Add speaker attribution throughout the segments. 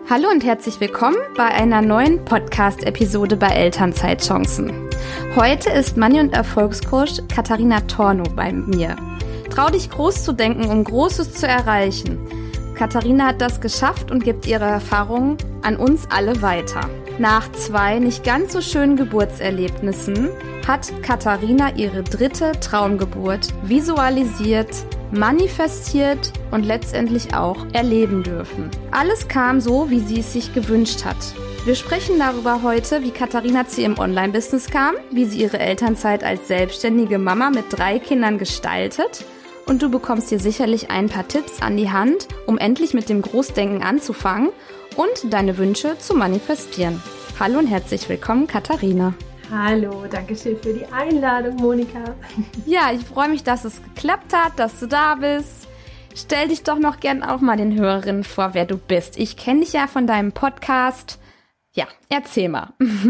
Speaker 1: Hallo und herzlich willkommen bei einer neuen Podcast-Episode bei Elternzeitchancen. Heute ist Money- und Erfolgscoach Katharina Tornow bei mir. Trau dich groß zu denken, um Großes zu erreichen. Katharina hat das geschafft und gibt ihre Erfahrungen an uns alle weiter. Nach 2 nicht ganz so schönen Geburtserlebnissen hat Katharina ihre 3. Traumgeburt visualisiert, manifestiert und letztendlich auch erleben dürfen. Alles kam so, wie sie es sich gewünscht hat. Wir sprechen darüber heute, wie Katharina zu ihrem Online-Business kam, wie sie ihre Elternzeit als selbstständige Mama mit 3 Kindern gestaltet, und du bekommst hier sicherlich ein paar Tipps an die Hand, um endlich mit dem Großdenken anzufangen und deine Wünsche zu manifestieren. Hallo und herzlich willkommen, Katharina.
Speaker 2: Hallo, danke schön für die Einladung, Monika.
Speaker 1: Ja, ich freue mich, dass es geklappt hat, dass du da bist. Stell dich doch noch gern auch mal den Hörerinnen vor, wer du bist. Ich kenne dich ja von deinem Podcast. Ja, erzähl mal.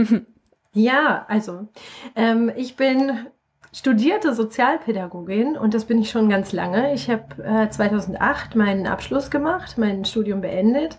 Speaker 2: Ja, also ich bin studierte Sozialpädagogin und das bin ich schon ganz lange. Ich habe 2008 meinen Abschluss gemacht, mein Studium beendet.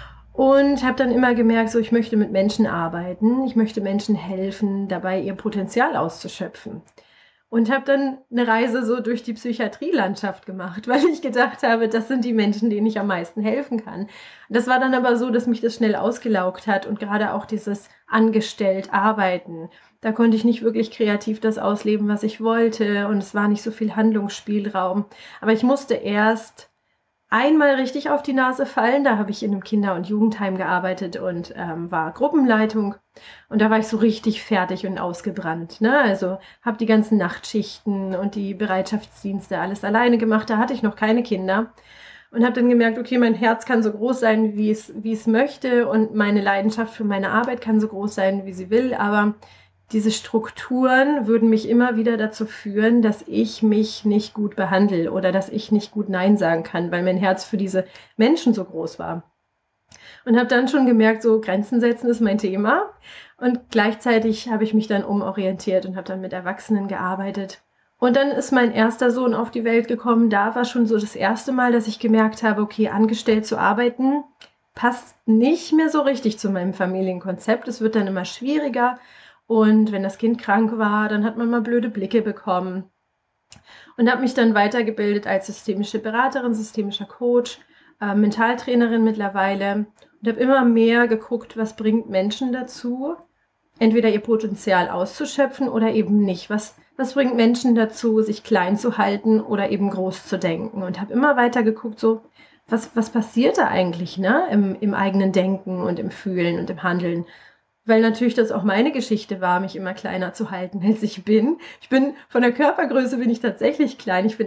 Speaker 2: Und habe dann immer gemerkt, so ich möchte mit Menschen arbeiten, ich möchte Menschen helfen, dabei ihr Potenzial auszuschöpfen. Und habe dann eine Reise so durch die Psychiatrielandschaft gemacht, weil ich gedacht habe, das sind die Menschen, denen ich am meisten helfen kann. Das war dann aber so, dass mich das schnell ausgelaugt hat und gerade auch dieses angestellt arbeiten. Da konnte ich nicht wirklich kreativ das ausleben, was ich wollte, und es war nicht so viel Handlungsspielraum. Aber ich musste erst einmal richtig auf die Nase fallen. Da habe ich in einem Kinder- und Jugendheim gearbeitet und war Gruppenleitung. Und da war ich so richtig fertig und ausgebrannt. Ne? Also habe die ganzen Nachtschichten und die Bereitschaftsdienste alles alleine gemacht. Da hatte ich noch keine Kinder. Und habe dann gemerkt, okay, mein Herz kann so groß sein, wie es möchte. Und meine Leidenschaft für meine Arbeit kann so groß sein, wie sie will. Aber diese Strukturen würden mich immer wieder dazu führen, dass ich mich nicht gut behandle oder dass ich nicht gut Nein sagen kann, weil mein Herz für diese Menschen so groß war. Und habe dann schon gemerkt, so Grenzen setzen ist mein Thema. Und gleichzeitig habe ich mich dann umorientiert und habe dann mit Erwachsenen gearbeitet. Und dann ist mein erster Sohn auf die Welt gekommen. Da war schon so das erste Mal, dass ich gemerkt habe, okay, angestellt zu arbeiten passt nicht mehr so richtig zu meinem Familienkonzept. Es wird dann immer schwieriger. Und wenn das Kind krank war, dann hat man mal blöde Blicke bekommen. Und habe mich dann weitergebildet als systemische Beraterin, systemischer Coach, Mentaltrainerin mittlerweile. Und habe immer mehr geguckt, was bringt Menschen dazu, entweder ihr Potenzial auszuschöpfen oder eben nicht. Was bringt Menschen dazu, sich klein zu halten oder eben groß zu denken. Und habe immer weiter geguckt, so, was passiert da eigentlich, ne? Im eigenen Denken und im Fühlen und im Handeln. Weil natürlich das auch meine Geschichte war, mich immer kleiner zu halten, als ich bin. Von der Körpergröße bin ich tatsächlich klein. Ich bin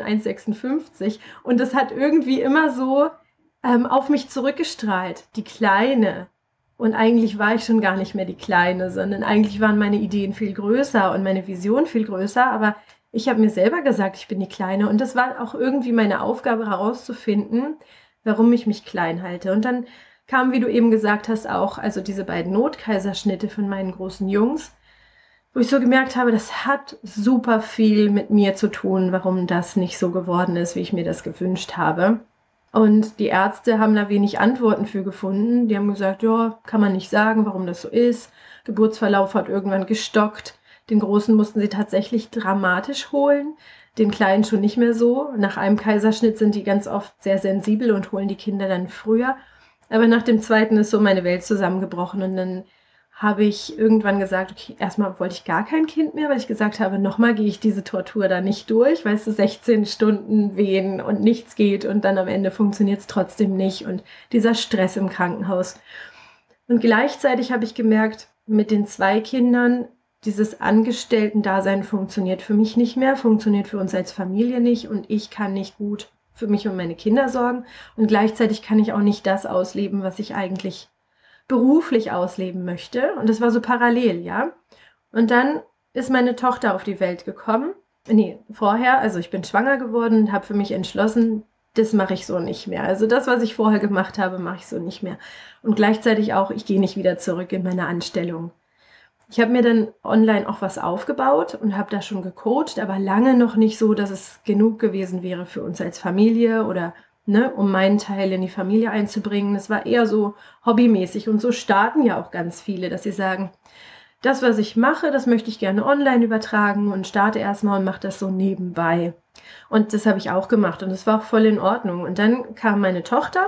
Speaker 2: 1,56 und das hat irgendwie immer so auf mich zurückgestrahlt, die Kleine. Und eigentlich war ich schon gar nicht mehr die Kleine, sondern eigentlich waren meine Ideen viel größer und meine Vision viel größer. Aber ich habe mir selber gesagt, ich bin die Kleine. Und das war auch irgendwie meine Aufgabe herauszufinden, warum ich mich klein halte. Und dann kam, wie du eben gesagt hast, auch also diese beiden Notkaiserschnitte von meinen großen Jungs, wo ich so gemerkt habe, das hat super viel mit mir zu tun, warum das nicht so geworden ist, wie ich mir das gewünscht habe. Und die Ärzte haben da wenig Antworten für gefunden. Die haben gesagt, ja, kann man nicht sagen, warum das so ist. Geburtsverlauf hat irgendwann gestockt. Den Großen mussten sie tatsächlich dramatisch holen, den Kleinen schon nicht mehr so. Nach einem Kaiserschnitt sind die ganz oft sehr sensibel und holen die Kinder dann früher. Aber nach dem 2. ist so meine Welt zusammengebrochen und dann habe ich irgendwann gesagt, okay, erstmal wollte ich gar kein Kind mehr, weil ich gesagt habe, nochmal gehe ich diese Tortur da nicht durch, weißt du, 16 Stunden wehen und nichts geht und dann am Ende funktioniert es trotzdem nicht und dieser Stress im Krankenhaus. Und gleichzeitig habe ich gemerkt, mit den 2 Kindern, dieses Angestellten-Dasein funktioniert für mich nicht mehr, funktioniert für uns als Familie nicht und ich kann nicht gut für mich und meine Kinder sorgen und gleichzeitig kann ich auch nicht das ausleben, was ich eigentlich beruflich ausleben möchte. Und das war so parallel, ja. Und dann ist meine Tochter auf die Welt gekommen. Nee, vorher, also ich bin schwanger geworden und habe für mich entschlossen, das mache ich so nicht mehr. Also das, was ich vorher gemacht habe, mache ich so nicht mehr. Und gleichzeitig auch, ich gehe nicht wieder zurück in meine Anstellung. Ich habe mir dann online auch was aufgebaut und habe da schon gecoacht, aber lange noch nicht so, dass es genug gewesen wäre für uns als Familie oder ne, um meinen Teil in die Familie einzubringen. Es war eher so hobbymäßig und so starten ja auch ganz viele, dass sie sagen, das, was ich mache, das möchte ich gerne online übertragen und starte erstmal und mache das so nebenbei. Und das habe ich auch gemacht und das war auch voll in Ordnung. Und dann kam meine Tochter,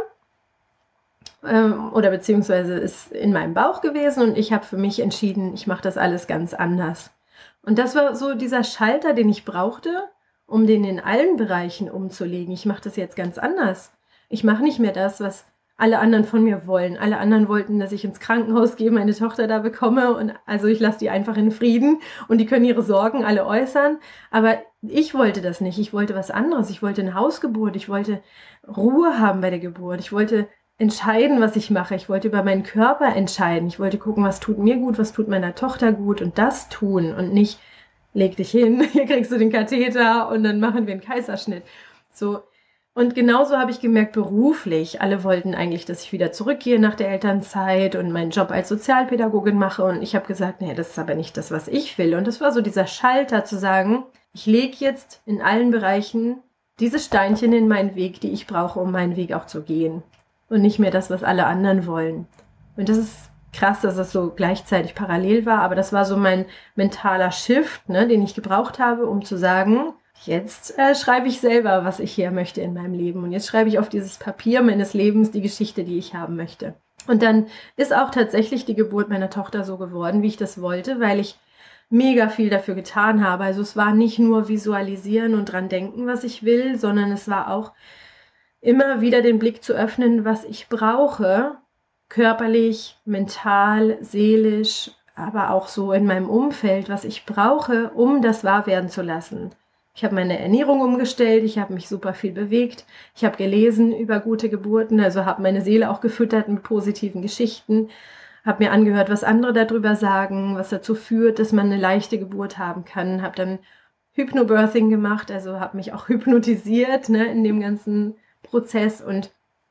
Speaker 2: oder beziehungsweise ist in meinem Bauch gewesen und ich habe für mich entschieden, ich mache das alles ganz anders. Und das war so dieser Schalter, den ich brauchte, um den in allen Bereichen umzulegen. Ich mache das jetzt ganz anders. Ich mache nicht mehr das, was alle anderen von mir wollen. Alle anderen wollten, dass ich ins Krankenhaus gehe, meine Tochter da bekomme und also ich lasse die einfach in Frieden und die können ihre Sorgen alle äußern. Aber ich wollte das nicht. Ich wollte was anderes. Ich wollte eine Hausgeburt. Ich wollte Ruhe haben bei der Geburt. Ich wollte entscheiden, was ich mache. Ich wollte über meinen Körper entscheiden. Ich wollte gucken, was tut mir gut, was tut meiner Tochter gut und das tun und nicht, leg dich hin, hier kriegst du den Katheter und dann machen wir einen Kaiserschnitt. So. Und genauso habe ich gemerkt, beruflich, alle wollten eigentlich, dass ich wieder zurückgehe nach der Elternzeit und meinen Job als Sozialpädagogin mache und ich habe gesagt, nee, das ist aber nicht das, was ich will. Und das war so dieser Schalter zu sagen, ich lege jetzt in allen Bereichen diese Steinchen in meinen Weg, die ich brauche, um meinen Weg auch zu gehen. Und nicht mehr das, was alle anderen wollen. Und das ist krass, dass es so gleichzeitig parallel war, aber das war so mein mentaler Shift, ne, den ich gebraucht habe, um zu sagen, jetzt schreibe ich selber, was ich hier möchte in meinem Leben. Und jetzt schreibe ich auf dieses Papier meines Lebens die Geschichte, die ich haben möchte. Und dann ist auch tatsächlich die Geburt meiner Tochter so geworden, wie ich das wollte, weil ich mega viel dafür getan habe. Also es war nicht nur visualisieren und dran denken, was ich will, sondern es war auch immer wieder den Blick zu öffnen, was ich brauche, körperlich, mental, seelisch, aber auch so in meinem Umfeld, was ich brauche, um das wahr werden zu lassen. Ich habe meine Ernährung umgestellt, ich habe mich super viel bewegt, ich habe gelesen über gute Geburten, also habe meine Seele auch gefüttert mit positiven Geschichten, habe mir angehört, was andere darüber sagen, was dazu führt, dass man eine leichte Geburt haben kann, habe dann Hypnobirthing gemacht, also habe mich auch hypnotisiert, ne, in dem ganzen Prozess und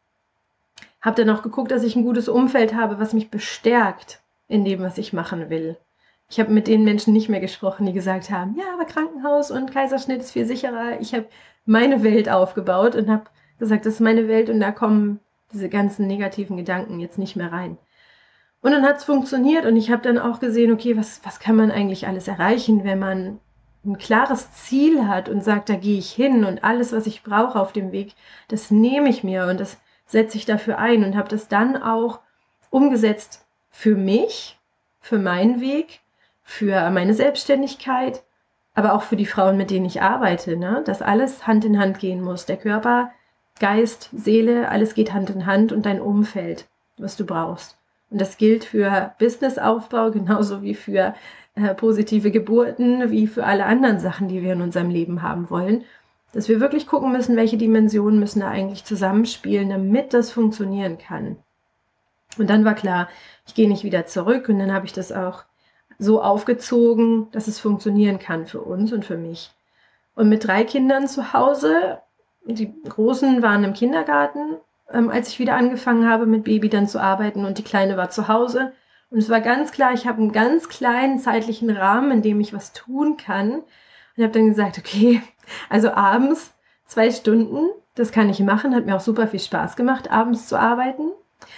Speaker 2: habe dann auch geguckt, dass ich ein gutes Umfeld habe, was mich bestärkt in dem, was ich machen will. Ich habe mit den Menschen nicht mehr gesprochen, die gesagt haben, ja, aber Krankenhaus und Kaiserschnitt ist viel sicherer. Ich habe meine Welt aufgebaut und habe gesagt, das ist meine Welt und da kommen diese ganzen negativen Gedanken jetzt nicht mehr rein. Und dann hat es funktioniert und ich habe dann auch gesehen, okay, was kann man eigentlich alles erreichen, wenn man ein klares Ziel hat und sagt, da gehe ich hin und alles, was ich brauche auf dem Weg, das nehme ich mir und das setze ich dafür ein und habe das dann auch umgesetzt für mich, für meinen Weg, für meine Selbstständigkeit, aber auch für die Frauen, mit denen ich arbeite, ne? Dass alles Hand in Hand gehen muss. Der Körper, Geist, Seele, alles geht Hand in Hand und dein Umfeld, was du brauchst. Und das gilt für Businessaufbau genauso wie für positive Geburten, wie für alle anderen Sachen, die wir in unserem Leben haben wollen. Dass wir wirklich gucken müssen, welche Dimensionen müssen da eigentlich zusammenspielen, damit das funktionieren kann. Und dann war klar, ich gehe nicht wieder zurück und dann habe ich das auch so aufgezogen, dass es funktionieren kann für uns und für mich. Und mit 3 Kindern zu Hause, die Großen waren im Kindergarten, als ich wieder angefangen habe, mit Baby dann zu arbeiten und die Kleine war zu Hause. Und es war ganz klar, ich habe einen ganz kleinen zeitlichen Rahmen, in dem ich was tun kann. Und habe dann gesagt, okay, also abends 2 Stunden, das kann ich machen, hat mir auch super viel Spaß gemacht, abends zu arbeiten.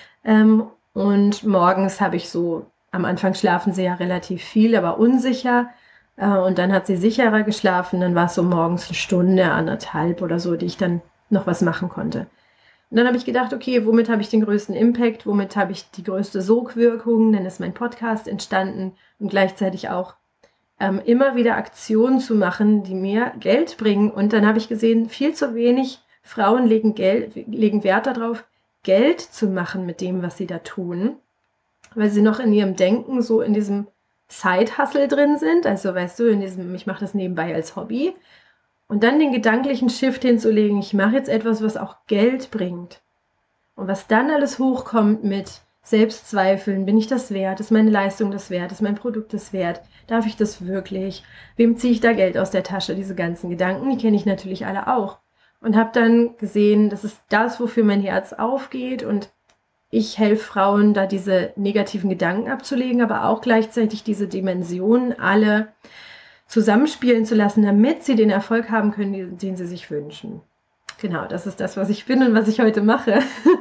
Speaker 2: Und morgens habe ich so, am Anfang schlafen sie ja relativ viel, aber unsicher. Und dann hat sie sicherer geschlafen, dann war es so morgens 1 Stunde, 1,5 oder so, die ich dann noch was machen konnte. Und dann habe ich gedacht, okay, womit habe ich den größten Impact, womit habe ich die größte Sogwirkung, dann ist mein Podcast entstanden und gleichzeitig auch immer wieder Aktionen zu machen, die mir Geld bringen. Und dann habe ich gesehen, viel zu wenig Frauen legen Wert darauf, Geld zu machen mit dem, was sie da tun, weil sie noch in ihrem Denken so in diesem Side-Hustle drin sind, also weißt du, in diesem, ich mache das nebenbei als Hobby. Und dann den gedanklichen Shift hinzulegen, ich mache jetzt etwas, was auch Geld bringt. Und was dann alles hochkommt mit Selbstzweifeln, bin ich das wert, ist meine Leistung das wert, ist mein Produkt das wert, darf ich das wirklich, wem ziehe ich da Geld aus der Tasche, diese ganzen Gedanken, die kenne ich natürlich alle auch. Und habe dann gesehen, das ist das, wofür mein Herz aufgeht und ich helfe Frauen, da diese negativen Gedanken abzulegen, aber auch gleichzeitig diese Dimensionen alle zusammenspielen zu lassen, damit sie den Erfolg haben können, den sie sich wünschen. Genau, das ist das, was ich bin und was ich heute mache.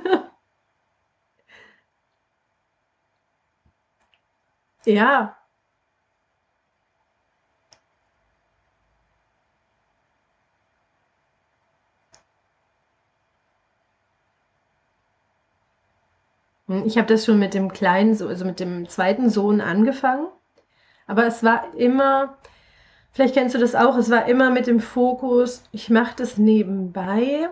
Speaker 2: Ja, ich habe das schon mit dem kleinen, also mit dem zweiten Sohn angefangen. Aber es war immer, vielleicht kennst du das auch, es war immer mit dem Fokus, ich mache das nebenbei.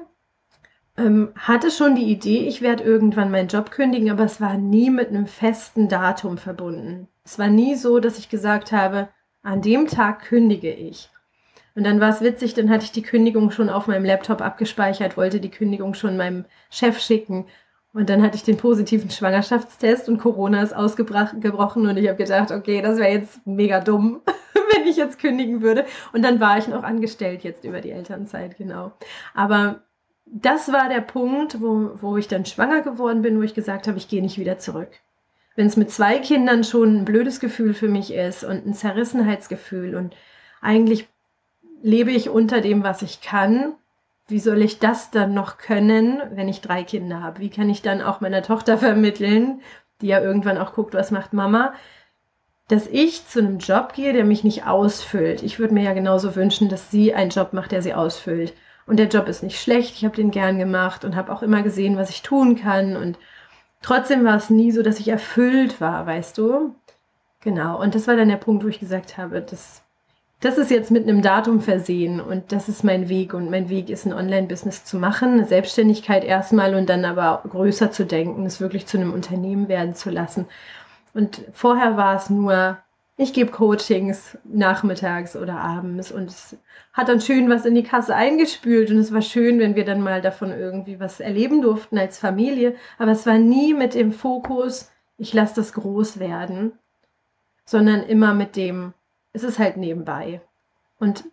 Speaker 2: Hatte schon die Idee, ich werde irgendwann meinen Job kündigen, aber es war nie mit einem festen Datum verbunden. Es war nie so, dass ich gesagt habe, an dem Tag kündige ich. Und dann war es witzig, dann hatte ich die Kündigung schon auf meinem Laptop abgespeichert, wollte die Kündigung schon meinem Chef schicken. Und dann hatte ich den positiven Schwangerschaftstest und Corona ist ausgebrochen und ich habe gedacht, okay, das wäre jetzt mega dumm, wenn ich jetzt kündigen würde. Und dann war ich noch angestellt jetzt über die Elternzeit, genau. Aber das war der Punkt, wo ich dann schwanger geworden bin, wo ich gesagt habe, ich gehe nicht wieder zurück. Wenn es mit 2 Kindern schon ein blödes Gefühl für mich ist und ein Zerrissenheitsgefühl und eigentlich lebe ich unter dem, was ich kann. Wie soll ich das dann noch können, wenn ich 3 Kinder habe? Wie kann ich dann auch meiner Tochter vermitteln, die ja irgendwann auch guckt, was macht Mama, dass ich zu einem Job gehe, der mich nicht ausfüllt. Ich würde mir ja genauso wünschen, dass sie einen Job macht, der sie ausfüllt. Und der Job ist nicht schlecht, ich habe den gern gemacht und habe auch immer gesehen, was ich tun kann. Und trotzdem war es nie so, dass ich erfüllt war, weißt du? Genau, und das war dann der Punkt, wo ich gesagt habe, das ist jetzt mit einem Datum versehen und das ist mein Weg. Und mein Weg ist, ein Online-Business zu machen, eine Selbstständigkeit erstmal und dann aber größer zu denken, es wirklich zu einem Unternehmen werden zu lassen. Und vorher war es nur, ich gebe Coachings nachmittags oder abends und es hat dann schön was in die Kasse eingespült und es war schön, wenn wir dann mal davon irgendwie was erleben durften als Familie. Aber es war nie mit dem Fokus, ich lasse das groß werden, sondern immer mit dem, es ist halt nebenbei. Und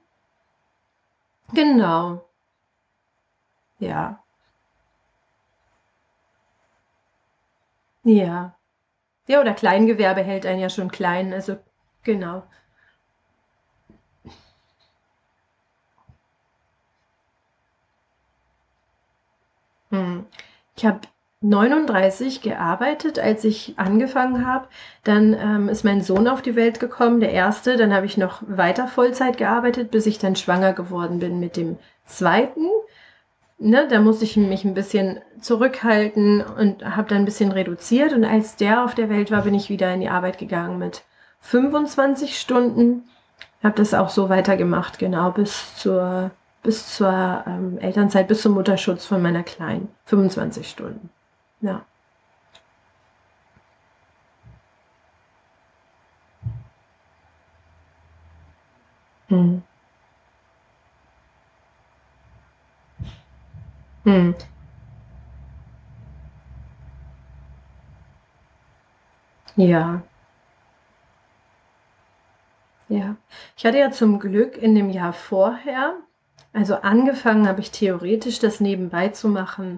Speaker 2: genau, ja, ja. Ja, oder Kleingewerbe hält einen ja schon klein, also genau. Hm. Ich habe 39 gearbeitet, als ich angefangen habe. Dann ist mein Sohn auf die Welt gekommen, der erste. Dann habe ich noch weiter Vollzeit gearbeitet, bis ich dann schwanger geworden bin mit dem zweiten. Ne, da musste ich mich ein bisschen zurückhalten und habe dann ein bisschen reduziert. Und als der auf der Welt war, bin ich wieder in die Arbeit gegangen mit 25 Stunden. Habe das auch so weitergemacht, genau, bis zur Elternzeit, bis zum Mutterschutz von meiner Kleinen. 25 Stunden. Ja. Hm. Hm. Ja, ja. Ich hatte ja zum Glück in dem Jahr vorher, also angefangen habe ich theoretisch das nebenbei zu machen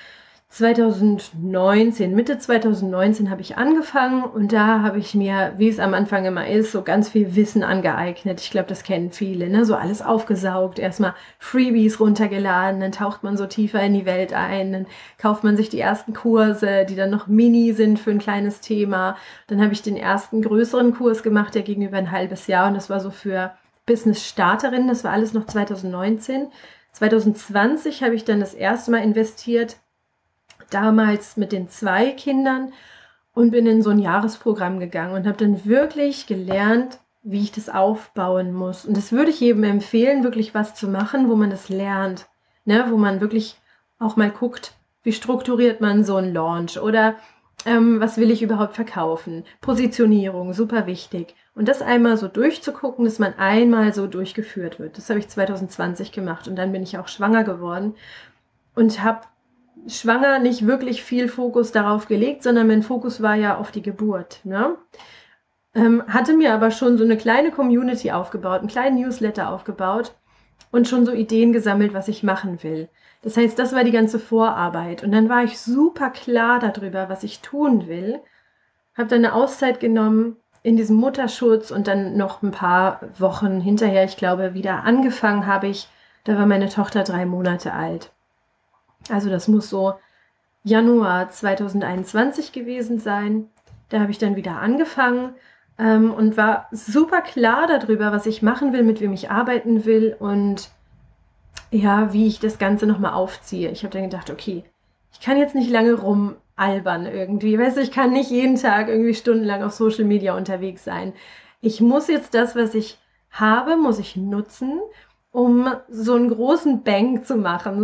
Speaker 2: 2019, Mitte 2019 habe ich angefangen und da habe ich mir, wie es am Anfang immer ist, so ganz viel Wissen angeeignet. Ich glaube, das kennen viele, ne? So alles aufgesaugt, erstmal Freebies runtergeladen, dann taucht man so tiefer in die Welt ein, dann kauft man sich die ersten Kurse, die dann noch mini sind für ein kleines Thema. Dann habe ich den ersten größeren Kurs gemacht, der ging über ein halbes Jahr und das war so für Business-Starterinnen, das war alles noch 2019. 2020 habe ich dann das erste Mal investiert, damals mit den 2 Kindern und bin in so ein Jahresprogramm gegangen und habe dann wirklich gelernt, wie ich das aufbauen muss. Und das würde ich jedem empfehlen, wirklich was zu machen, wo man das lernt, ne? Wo man wirklich auch mal guckt, wie strukturiert man so einen Launch oder was will ich überhaupt verkaufen? Positionierung, super wichtig. Und das einmal so durchzugucken, dass man einmal so durchgeführt wird. Das habe ich 2020 gemacht und dann bin ich auch schwanger geworden und habe schwanger nicht wirklich viel Fokus darauf gelegt, sondern mein Fokus war ja auf die Geburt. Ne? Hatte mir aber schon so eine kleine Community aufgebaut, einen kleinen Newsletter aufgebaut und schon so Ideen gesammelt, was ich machen will. Das heißt, das war die ganze Vorarbeit. Und dann war ich super klar darüber, was ich tun will. Habe dann eine Auszeit genommen in diesem Mutterschutz und dann noch ein paar Wochen hinterher, ich glaube, wieder angefangen habe ich, da war meine Tochter 3 Monate alt. Also das muss so Januar 2021 gewesen sein. Da habe ich dann wieder angefangen und war super klar darüber, was ich machen will, mit wem ich arbeiten will und ja, wie ich das Ganze nochmal aufziehe. Ich habe dann gedacht, okay, ich kann jetzt nicht lange rumalbern irgendwie. Weißt du, ich kann nicht jeden Tag irgendwie stundenlang auf Social Media unterwegs sein. Ich muss jetzt das, was ich habe, muss ich nutzen, um so einen großen Bang zu machen,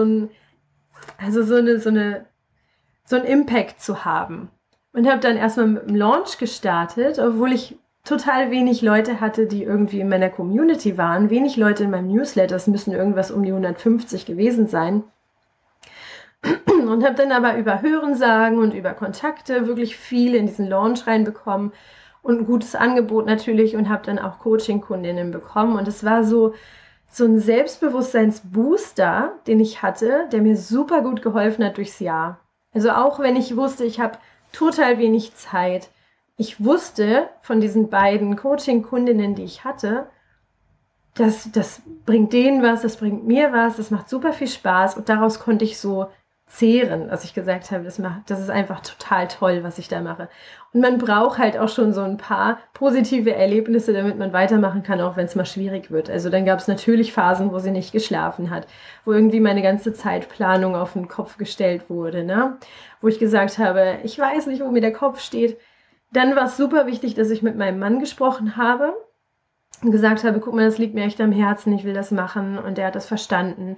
Speaker 2: so einen Impact zu haben. Und habe dann erstmal mit dem Launch gestartet, obwohl ich total wenig Leute hatte, die irgendwie in meiner Community waren, wenig Leute in meinem Newsletter, es müssen irgendwas um die 150 gewesen sein. Und habe dann aber über Hörensagen und über Kontakte wirklich viel in diesen Launch reinbekommen und ein gutes Angebot natürlich und habe dann auch Coaching-Kundinnen bekommen. Und es war so ein Selbstbewusstseinsbooster, den ich hatte, der mir super gut geholfen hat durchs Jahr. Also auch wenn ich wusste, ich habe total wenig Zeit. Ich wusste von diesen beiden Coaching-Kundinnen, die ich hatte, das bringt denen was, das bringt mir was, das macht super viel Spaß und daraus konnte ich so zehren, dass ich gesagt habe, das ist einfach total toll, was ich da mache. Und man braucht halt auch schon so ein paar positive Erlebnisse, damit man weitermachen kann, auch wenn es mal schwierig wird. Also dann gab es natürlich Phasen, wo sie nicht geschlafen hat, wo irgendwie meine ganze Zeitplanung auf den Kopf gestellt wurde, ne? Wo ich gesagt habe, ich weiß nicht, wo mir der Kopf steht. Dann war es super wichtig, dass ich mit meinem Mann gesprochen habe und gesagt habe, guck mal, das liegt mir echt am Herzen, ich will das machen und der hat das verstanden.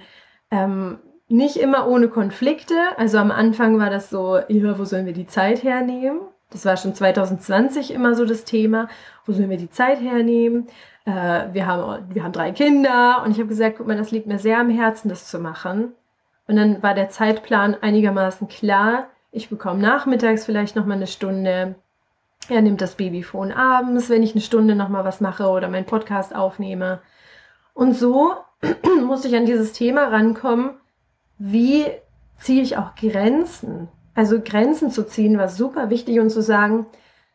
Speaker 2: Nicht immer ohne Konflikte, also am Anfang war das so, ja, wo sollen wir die Zeit hernehmen? Das war schon 2020 immer so das Thema, wo sollen wir die Zeit hernehmen? Wir haben 3 Kinder und ich habe gesagt, guck mal, das liegt mir sehr am Herzen, das zu machen. Und dann war der Zeitplan einigermaßen klar, ich bekomme nachmittags vielleicht nochmal eine Stunde. Er nimmt das Babyphone abends, wenn ich eine Stunde nochmal was mache oder meinen Podcast aufnehme. Und so musste ich an dieses Thema rankommen, wie ziehe ich auch Grenzen? Also Grenzen zu ziehen war super wichtig und zu sagen,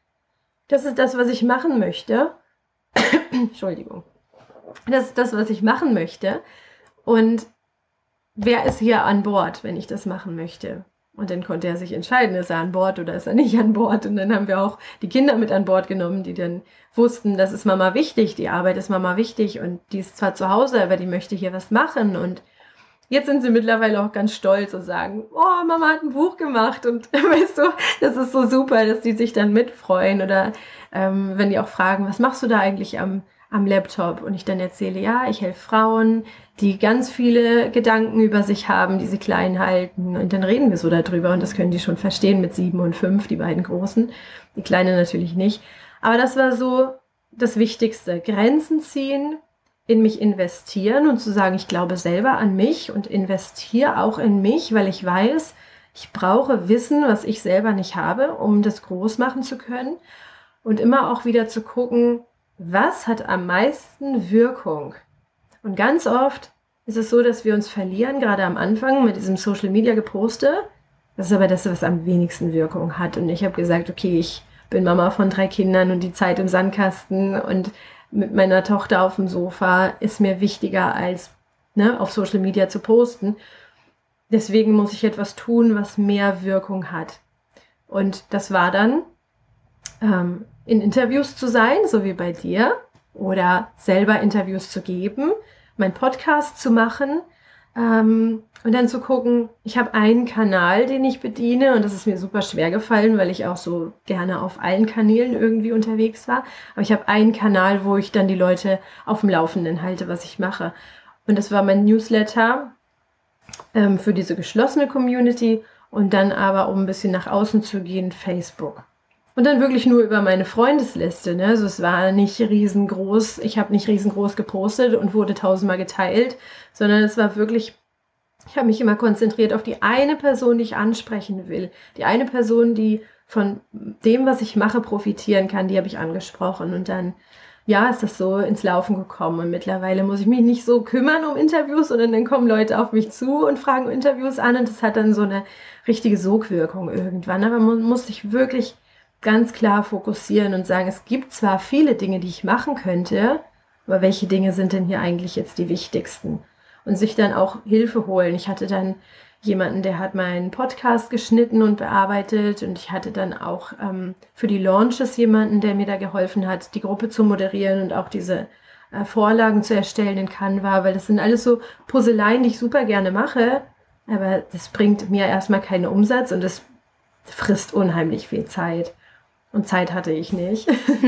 Speaker 2: das ist das, was ich machen möchte. Entschuldigung. Das ist das, was ich machen möchte. Und wer ist hier an Bord, wenn ich das machen möchte? Und dann konnte er sich entscheiden, ist er an Bord oder ist er nicht an Bord. Und dann haben wir auch die Kinder mit an Bord genommen, die dann wussten, das ist Mama wichtig, die Arbeit ist Mama wichtig und die ist zwar zu Hause, aber die möchte hier was machen. Und jetzt sind sie mittlerweile auch ganz stolz und sagen, oh, Mama hat ein Buch gemacht. Und weißt du, das ist so super, dass die sich dann mitfreuen. Oder wenn die auch fragen, was machst du da eigentlich am Laptop? Und ich dann erzähle, ja, ich helfe Frauen, die ganz viele Gedanken über sich haben, die sie klein halten. Und dann reden wir so darüber. Und das können die schon verstehen mit 7 und 5, die beiden Großen. Die Kleine natürlich nicht. Aber das war so das Wichtigste. Grenzen ziehen, in mich investieren und zu sagen, ich glaube selber an mich und investiere auch in mich, weil ich weiß, ich brauche Wissen, was ich selber nicht habe, um das groß machen zu können. Und immer auch wieder zu gucken, was hat am meisten Wirkung? Und ganz oft ist es so, dass wir uns verlieren, gerade am Anfang mit diesem Social-Media-Geposte. Das ist aber das, was am wenigsten Wirkung hat. Und ich habe gesagt, okay, ich bin Mama von 3 Kindern und die Zeit im Sandkasten und mit meiner Tochter auf dem Sofa ist mir wichtiger als auf Social Media zu posten. Deswegen muss ich etwas tun, was mehr Wirkung hat. Und das war dann in Interviews zu sein, so wie bei dir, oder selber Interviews zu geben, meinen Podcast zu machen und dann zu gucken, ich habe einen Kanal, den ich bediene und das ist mir super schwer gefallen, weil ich auch so gerne auf allen Kanälen irgendwie unterwegs war. Aber ich habe einen Kanal, wo ich dann die Leute auf dem Laufenden halte, was ich mache. Und das war mein Newsletter für diese geschlossene Community und dann aber, um ein bisschen nach außen zu gehen, Facebook. Und dann wirklich nur über meine Freundesliste. Ne? Also es war nicht riesengroß, ich habe nicht riesengroß gepostet und wurde 1000-mal geteilt, sondern es war wirklich, ich habe mich immer konzentriert auf die eine Person, die ich ansprechen will. Die eine Person, die von dem, was ich mache, profitieren kann, die habe ich angesprochen. Und dann, ja, ist das so ins Laufen gekommen. Und mittlerweile muss ich mich nicht so kümmern um Interviews, sondern dann kommen Leute auf mich zu und fragen Interviews an. Und das hat dann so eine richtige Sogwirkung irgendwann. Aber man muss sich wirklich ganz klar fokussieren und sagen, es gibt zwar viele Dinge, die ich machen könnte, aber welche Dinge sind denn hier eigentlich jetzt die wichtigsten? Und sich dann auch Hilfe holen. Ich hatte dann jemanden, der hat meinen Podcast geschnitten und bearbeitet und ich hatte dann auch für die Launches jemanden, der mir da geholfen hat, die Gruppe zu moderieren und auch diese Vorlagen zu erstellen in Canva, weil das sind alles so Puzzleien, die ich super gerne mache, aber das bringt mir erstmal keinen Umsatz und das frisst unheimlich viel Zeit. Und Zeit hatte ich nicht.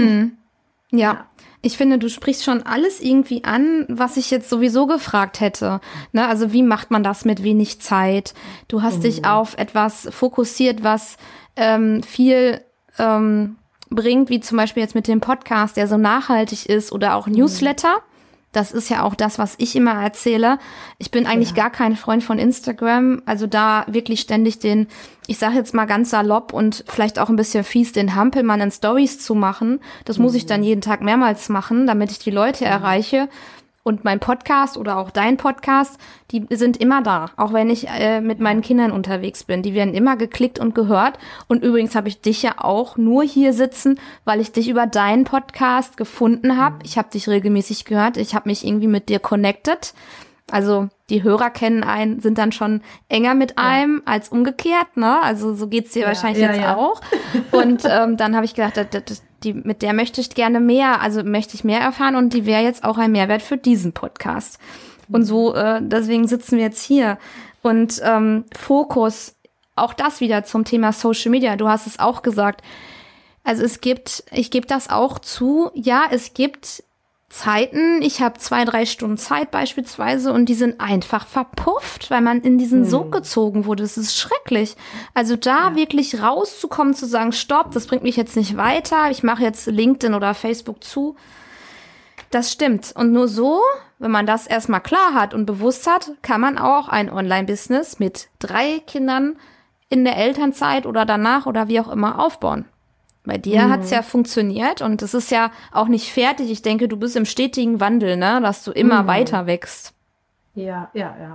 Speaker 1: Ja, ich finde, du sprichst schon alles irgendwie an, was ich jetzt sowieso gefragt hätte. Ne? Also wie macht man das mit wenig Zeit? Du hast dich auf etwas fokussiert, was viel bringt, wie zum Beispiel jetzt mit dem Podcast, der so nachhaltig ist oder auch Newsletter. Das ist ja auch das, was ich immer erzähle. Ich bin eigentlich gar kein Freund von Instagram. Also da wirklich ständig ich sage jetzt mal ganz salopp und vielleicht auch ein bisschen fies, den Hampelmann in Stories zu machen. Das muss ich dann jeden Tag mehrmals machen, damit ich die Leute erreiche. Und mein Podcast oder auch dein Podcast, die sind immer da, auch wenn ich mit meinen Kindern unterwegs bin. Die werden immer geklickt und gehört. Und übrigens habe ich dich ja auch nur hier sitzen, weil ich dich über deinen Podcast gefunden habe. Ich habe dich regelmäßig gehört. Ich habe mich irgendwie mit dir connected. Also die Hörer kennen einen, sind dann schon enger mit einem als umgekehrt, ne? Also so geht's dir wahrscheinlich jetzt auch. Und dann habe ich gedacht, mit der möchte ich gerne mehr, also möchte ich mehr erfahren und die wäre jetzt auch ein Mehrwert für diesen Podcast. Und so, deswegen sitzen wir jetzt hier. Und Fokus, auch das wieder zum Thema Social Media, du hast es auch gesagt. Also ich gebe das auch zu, ja, es gibt Zeiten, ich habe 2-3 Stunden Zeit beispielsweise und die sind einfach verpufft, weil man in diesen Sog gezogen wurde. Das ist schrecklich. Also da wirklich rauszukommen, zu sagen, stopp, das bringt mich jetzt nicht weiter, ich mache jetzt LinkedIn oder Facebook zu. Das stimmt. Und nur so, wenn man das erstmal klar hat und bewusst hat, kann man auch ein Online-Business mit 3 Kindern in der Elternzeit oder danach oder wie auch immer aufbauen. Bei dir hat's ja funktioniert und es ist ja auch nicht fertig. Ich denke, du bist im stetigen Wandel, ne, dass du immer weiter wächst.
Speaker 2: Ja.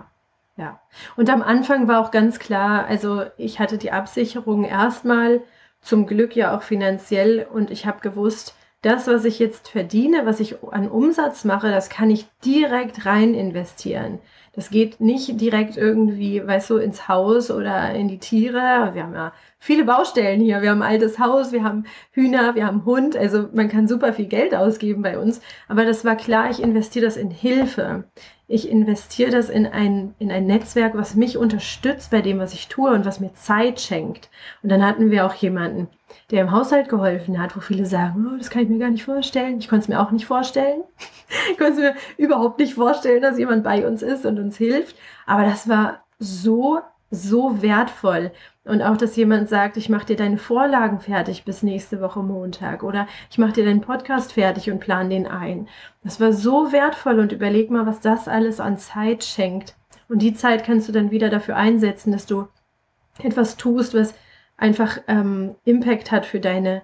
Speaker 2: Und am Anfang war auch ganz klar, also ich hatte die Absicherung erstmal, zum Glück ja auch finanziell und ich habe gewusst, das, was ich jetzt verdiene, was ich an Umsatz mache, das kann ich direkt rein investieren. Das geht nicht direkt irgendwie, weißt du, ins Haus oder in die Tiere. Wir haben ja viele Baustellen hier. Wir haben ein altes Haus, wir haben Hühner, wir haben Hund. Also man kann super viel Geld ausgeben bei uns. Aber das war klar, ich investiere das in Hilfe. Ich investiere das in ein Netzwerk, was mich unterstützt bei dem, was ich tue und was mir Zeit schenkt. Und dann hatten wir auch jemanden, der im Haushalt geholfen hat, wo viele sagen, oh, das kann ich mir gar nicht vorstellen. Ich konnte es mir auch nicht vorstellen. Ich konnte es mir überhaupt nicht vorstellen, dass jemand bei uns ist und uns hilft. Aber das war so wertvoll. Und auch, dass jemand sagt, ich mache dir deine Vorlagen fertig bis nächste Woche Montag oder ich mache dir deinen Podcast fertig und plan den ein. Das war so wertvoll und überleg mal, was das alles an Zeit schenkt. Und die Zeit kannst du dann wieder dafür einsetzen, dass du etwas tust, was einfach Impact hat für deine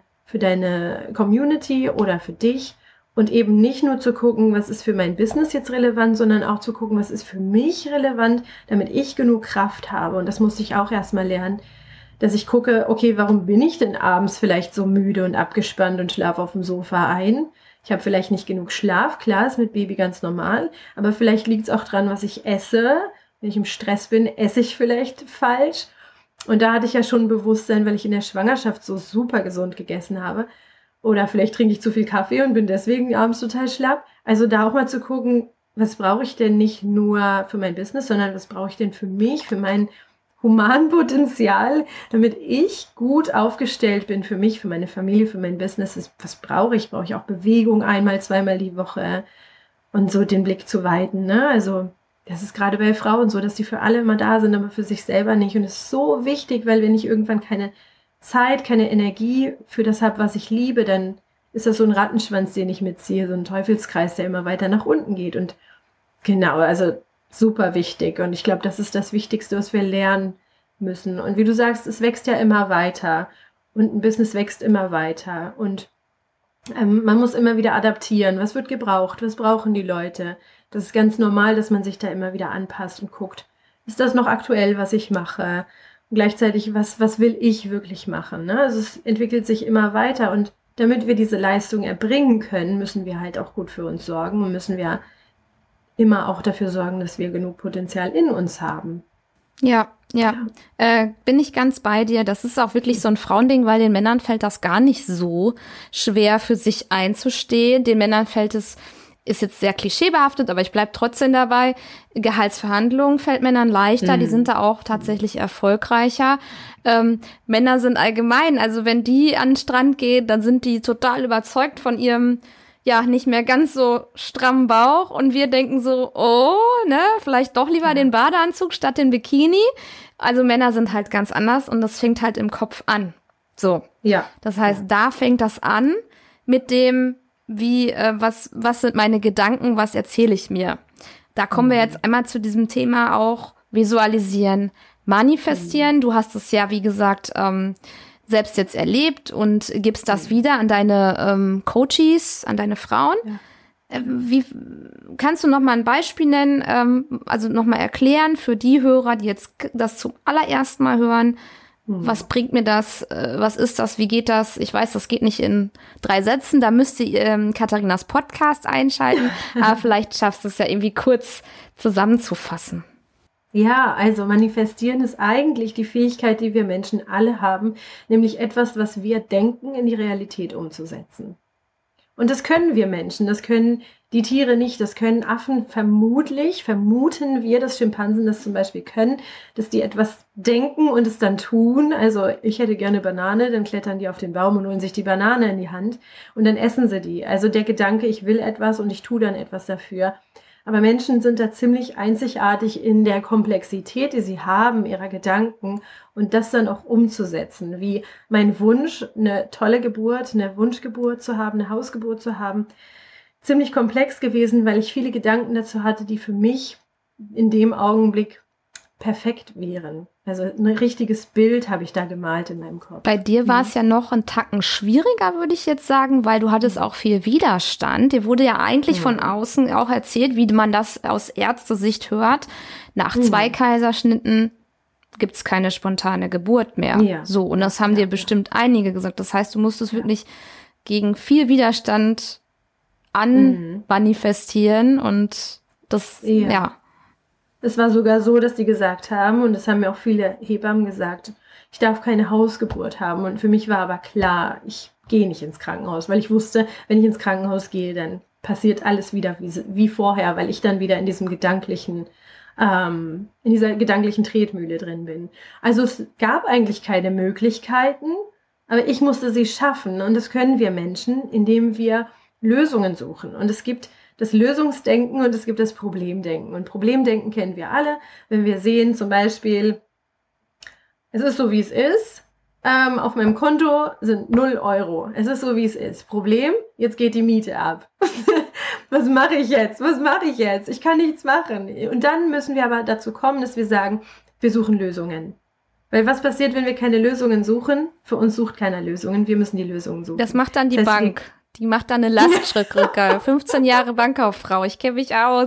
Speaker 2: Community oder für dich. Und eben nicht nur zu gucken, was ist für mein Business jetzt relevant, sondern auch zu gucken, was ist für mich relevant, damit ich genug Kraft habe. Und das musste ich auch erstmal lernen, dass ich gucke, okay, warum bin ich denn abends vielleicht so müde und abgespannt und schlafe auf dem Sofa ein? Ich habe vielleicht nicht genug Schlaf, klar, ist mit Baby ganz normal, aber vielleicht liegt es auch dran, was ich esse. Wenn ich im Stress bin, esse ich vielleicht falsch. Und da hatte ich ja schon ein Bewusstsein, weil ich in der Schwangerschaft so super gesund gegessen habe. Oder vielleicht trinke ich zu viel Kaffee und bin deswegen abends total schlapp. Also da auch mal zu gucken, was brauche ich denn nicht nur für mein Business, sondern was brauche ich denn für mich, für mein Humanpotenzial, damit ich gut aufgestellt bin für mich, für meine Familie, für mein Business. Was brauche ich? Brauche ich auch Bewegung einmal, zweimal die Woche und so den Blick zu weiten, ne? Also das ist gerade bei Frauen so, dass die für alle immer da sind, aber für sich selber nicht. Und es ist so wichtig, weil wenn ich irgendwann keine Zeit, keine Energie für das habe, was ich liebe, dann ist das so ein Rattenschwanz, den ich mitziehe, so ein Teufelskreis, der immer weiter nach unten geht. Und genau, also super wichtig. Und ich glaube, das ist das Wichtigste, was wir lernen müssen. Und wie du sagst, es wächst ja immer weiter und ein Business wächst immer weiter. Und man muss immer wieder adaptieren. Was wird gebraucht? Was brauchen die Leute? Das ist ganz normal, dass man sich da immer wieder anpasst und guckt, ist das noch aktuell, was ich mache? Und gleichzeitig, was will ich wirklich machen? Ne? Also es entwickelt sich immer weiter und damit wir diese Leistung erbringen können, müssen wir halt auch gut für uns sorgen und müssen wir immer auch dafür sorgen, dass wir genug Potenzial in uns haben.
Speaker 1: Ja, ja, bin ich ganz bei dir. Das ist auch wirklich so ein Frauending, weil den Männern fällt das gar nicht so schwer, für sich einzustehen. Den Männern fällt es, ist jetzt sehr klischeebehaftet, aber ich bleib trotzdem dabei. Gehaltsverhandlungen fällt Männern leichter, die sind da auch tatsächlich erfolgreicher. Männer sind allgemein, also wenn die an den Strand gehen, dann sind die total überzeugt von ihrem nicht mehr ganz so strammen Bauch und wir denken so, vielleicht doch lieber den Badeanzug statt den Bikini. Also Männer sind halt ganz anders und das fängt halt im Kopf an. So. Ja. Das heißt, da fängt das an mit dem, was sind meine Gedanken, was erzähle ich mir? Da kommen wir jetzt einmal zu diesem Thema auch visualisieren, manifestieren. Du hast es ja, wie gesagt, selbst jetzt erlebt und gibst das wieder an deine Coaches, an deine Frauen. Ja. Wie kannst du noch mal ein Beispiel nennen, also noch mal erklären für die Hörer, die jetzt das zum allerersten Mal hören, was bringt mir das, was ist das, wie geht das? Ich weiß, das geht nicht in 3 Sätzen, da müsst ihr Katharinas Podcast einschalten, aber vielleicht schaffst du es ja irgendwie kurz zusammenzufassen.
Speaker 2: Ja, also manifestieren ist eigentlich die Fähigkeit, die wir Menschen alle haben, nämlich etwas, was wir denken, in die Realität umzusetzen. Und das können wir Menschen, das können die Tiere nicht, das können Affen vermuten wir, dass Schimpansen das zum Beispiel können, dass die etwas denken und es dann tun. Also ich hätte gerne Banane, dann klettern die auf den Baum und holen sich die Banane in die Hand und dann essen sie die. Also der Gedanke, ich will etwas und ich tue dann etwas dafür. Aber Menschen sind da ziemlich einzigartig in der Komplexität, die sie haben, ihrer Gedanken und das dann auch umzusetzen. Wie mein Wunsch, eine tolle Geburt, eine Wunschgeburt zu haben, eine Hausgeburt zu haben, ziemlich komplex gewesen, weil ich viele Gedanken dazu hatte, die für mich in dem Augenblick perfekt wären. Also ein richtiges Bild habe ich da gemalt in meinem Kopf.
Speaker 1: Bei dir war es ja noch ein Tacken schwieriger, würde ich jetzt sagen, weil du hattest auch viel Widerstand. Dir wurde ja eigentlich von außen auch erzählt, wie man das aus Ärztesicht hört. Nach 2 Kaiserschnitten gibt's keine spontane Geburt mehr. Ja. So, und das haben dir bestimmt einige gesagt. Das heißt, du musstest wirklich gegen viel Widerstand manifestieren und das,
Speaker 2: Es war sogar so, dass die gesagt haben, und das haben mir auch viele Hebammen gesagt, ich darf keine Hausgeburt haben. Und für mich war aber klar, ich gehe nicht ins Krankenhaus, weil ich wusste, wenn ich ins Krankenhaus gehe, dann passiert alles wieder wie vorher, weil ich dann wieder in dieser gedanklichen Tretmühle drin bin. Also es gab eigentlich keine Möglichkeiten, aber ich musste sie schaffen. Und das können wir Menschen, indem wir Lösungen suchen. Und es gibt das Lösungsdenken und es gibt das Problemdenken. Und Problemdenken kennen wir alle, wenn wir sehen zum Beispiel, es ist so, wie es ist, auf meinem Konto sind 0 Euro. Es ist so, wie es ist. Problem, jetzt geht die Miete ab. Was mache ich jetzt? Ich kann nichts machen. Und dann müssen wir aber dazu kommen, dass wir sagen, wir suchen Lösungen. Weil was passiert, wenn wir keine Lösungen suchen? Für uns sucht keiner Lösungen, wir müssen die Lösungen suchen.
Speaker 1: Das macht dann die Bank. Die macht dann eine Lastschrittdrücker. 15 Jahre Bankkauffrau, ich kenne mich aus.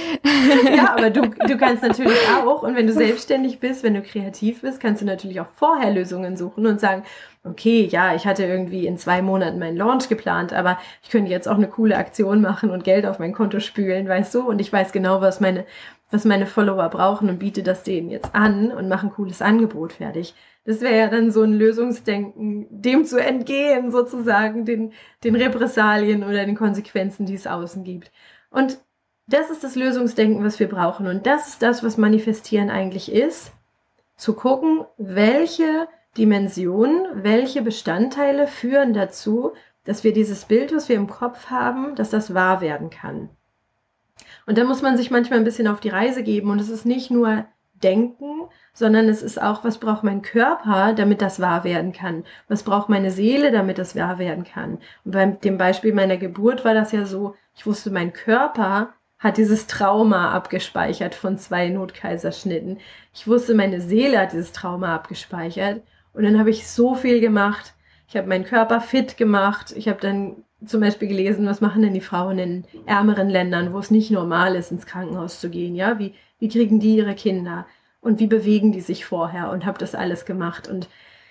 Speaker 2: Ja, aber du kannst natürlich auch, und wenn du selbstständig bist, wenn du kreativ bist, kannst du natürlich auch vorher Lösungen suchen und sagen, okay, ja, ich hatte irgendwie in 2 Monaten meinen Launch geplant, aber ich könnte jetzt auch eine coole Aktion machen und Geld auf mein Konto spülen, weißt du? Und ich weiß genau, was meine Follower brauchen und biete das denen jetzt an und mache ein cooles Angebot fertig. Das wäre ja dann so ein Lösungsdenken, dem zu entgehen, sozusagen, den Repressalien oder den Konsequenzen, die es außen gibt. Und das ist das Lösungsdenken, was wir brauchen. Und das ist das, was Manifestieren eigentlich ist. Zu gucken, welche Dimensionen, welche Bestandteile führen dazu, dass wir dieses Bild, was wir im Kopf haben, dass das wahr werden kann. Und da muss man sich manchmal ein bisschen auf die Reise geben. Und es ist nicht nur Denken, sondern es ist auch, was braucht mein Körper, damit das wahr werden kann? Was braucht meine Seele, damit das wahr werden kann? Und bei dem Beispiel meiner Geburt war das ja so, ich wusste, mein Körper hat dieses Trauma abgespeichert von 2 Notkaiserschnitten. Ich wusste, meine Seele hat dieses Trauma abgespeichert. Und dann habe ich so viel gemacht. Ich habe meinen Körper fit gemacht. Ich habe dann zum Beispiel gelesen, was machen denn die Frauen in ärmeren Ländern, wo es nicht normal ist, ins Krankenhaus zu gehen, ja? Wie kriegen die ihre Kinder? Und wie bewegen die sich vorher? Und habe das alles gemacht. Und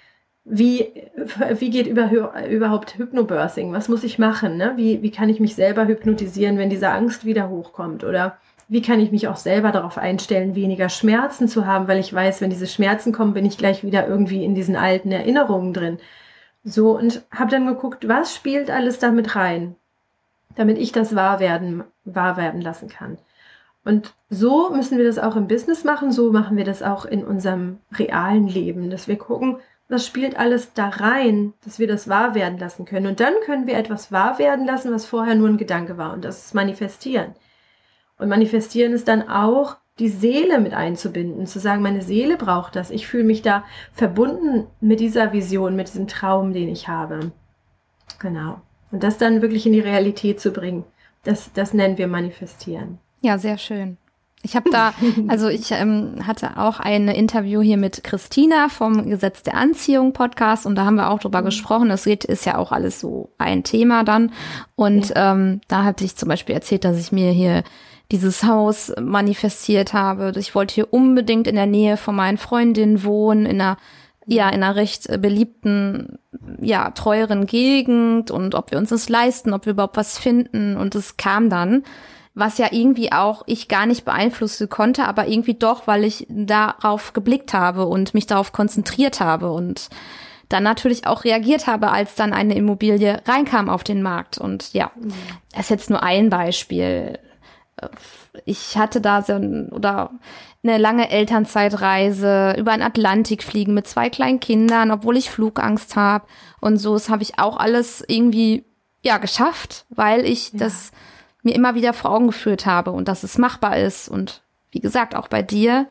Speaker 2: wie geht überhaupt Hypnobirthing? Was muss ich machen? Ne? Wie kann ich mich selber hypnotisieren, wenn diese Angst wieder hochkommt? Oder wie kann ich mich auch selber darauf einstellen, weniger Schmerzen zu haben, weil ich weiß, wenn diese Schmerzen kommen, bin ich gleich wieder irgendwie in diesen alten Erinnerungen drin. So, und habe dann geguckt, was spielt alles damit rein, damit ich das wahr werden lassen kann. Und so müssen wir das auch im Business machen, so machen wir das auch in unserem realen Leben, dass wir gucken, was spielt alles da rein, dass wir das wahr werden lassen können. Und dann können wir etwas wahr werden lassen, was vorher nur ein Gedanke war, und das ist Manifestieren. Und Manifestieren ist dann auch, die Seele mit einzubinden, zu sagen, meine Seele braucht das. Ich fühle mich da verbunden mit dieser Vision, mit diesem Traum, den ich habe. Genau. Und das dann wirklich in die Realität zu bringen, das nennen wir Manifestieren.
Speaker 1: Ja, sehr schön. Ich habe da, also ich hatte auch ein Interview hier mit Christina vom Gesetz der Anziehung Podcast und da haben wir auch drüber gesprochen. Das ist ja auch alles so ein Thema dann. Und da hatte ich zum Beispiel erzählt, dass ich mir hier dieses Haus manifestiert habe. Ich wollte hier unbedingt in der Nähe von meinen Freundinnen wohnen, in einer recht beliebten, treueren Gegend, und ob wir uns das leisten, ob wir überhaupt was finden. Und es kam dann, was ja irgendwie auch ich gar nicht beeinflussen konnte, aber irgendwie doch, weil ich darauf geblickt habe und mich darauf konzentriert habe und dann natürlich auch reagiert habe, als dann eine Immobilie reinkam auf den Markt. Und ja, das ist jetzt nur ein Beispiel. Ich hatte da eine lange Elternzeitreise, über den Atlantik fliegen mit 2 kleinen Kindern, obwohl ich Flugangst habe. Und so, das habe ich auch alles irgendwie, geschafft, weil ich das mir immer wieder vor Augen geführt habe und dass es machbar ist. Und wie gesagt, auch bei dir,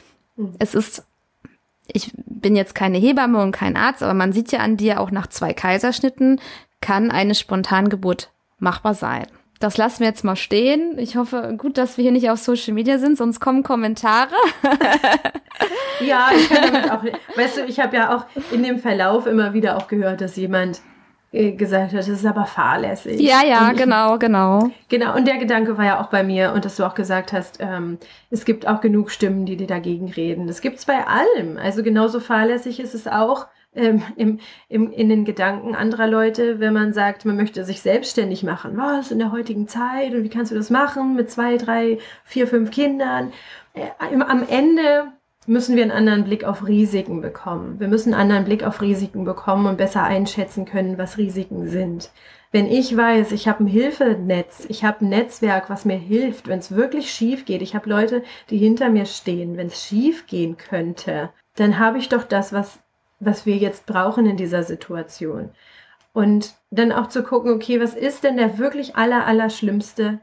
Speaker 1: ich bin jetzt keine Hebamme und kein Arzt, aber man sieht ja an dir, auch nach 2 Kaiserschnitten kann eine Spontangeburt machbar sein. Das lassen wir jetzt mal stehen. Ich hoffe, gut, dass wir hier nicht auf Social Media sind, sonst kommen Kommentare.
Speaker 2: Ja, ich kann damit auch, weißt du, ich habe ja auch in dem Verlauf immer wieder auch gehört, dass jemand gesagt hat, das ist aber fahrlässig.
Speaker 1: Ja, genau.
Speaker 2: Genau, und der Gedanke war ja auch bei mir, und dass du auch gesagt hast, es gibt auch genug Stimmen, die dir dagegen reden. Das gibt's bei allem. Also genauso fahrlässig ist es auch in den Gedanken anderer Leute, wenn man sagt, man möchte sich selbstständig machen. Was in der heutigen Zeit, und wie kannst du das machen mit 2, 3, 4, 5 Kindern? Am Ende müssen wir einen anderen Blick auf Risiken bekommen. Wir müssen einen anderen Blick auf Risiken bekommen und besser einschätzen können, was Risiken sind. Wenn ich weiß, ich habe ein Hilfenetz, ich habe ein Netzwerk, was mir hilft, wenn es wirklich schief geht, ich habe Leute, die hinter mir stehen, wenn es schief gehen könnte, dann habe ich doch das, was wir jetzt brauchen in dieser Situation. Und dann auch zu gucken, okay, was ist denn der wirklich allerschlimmste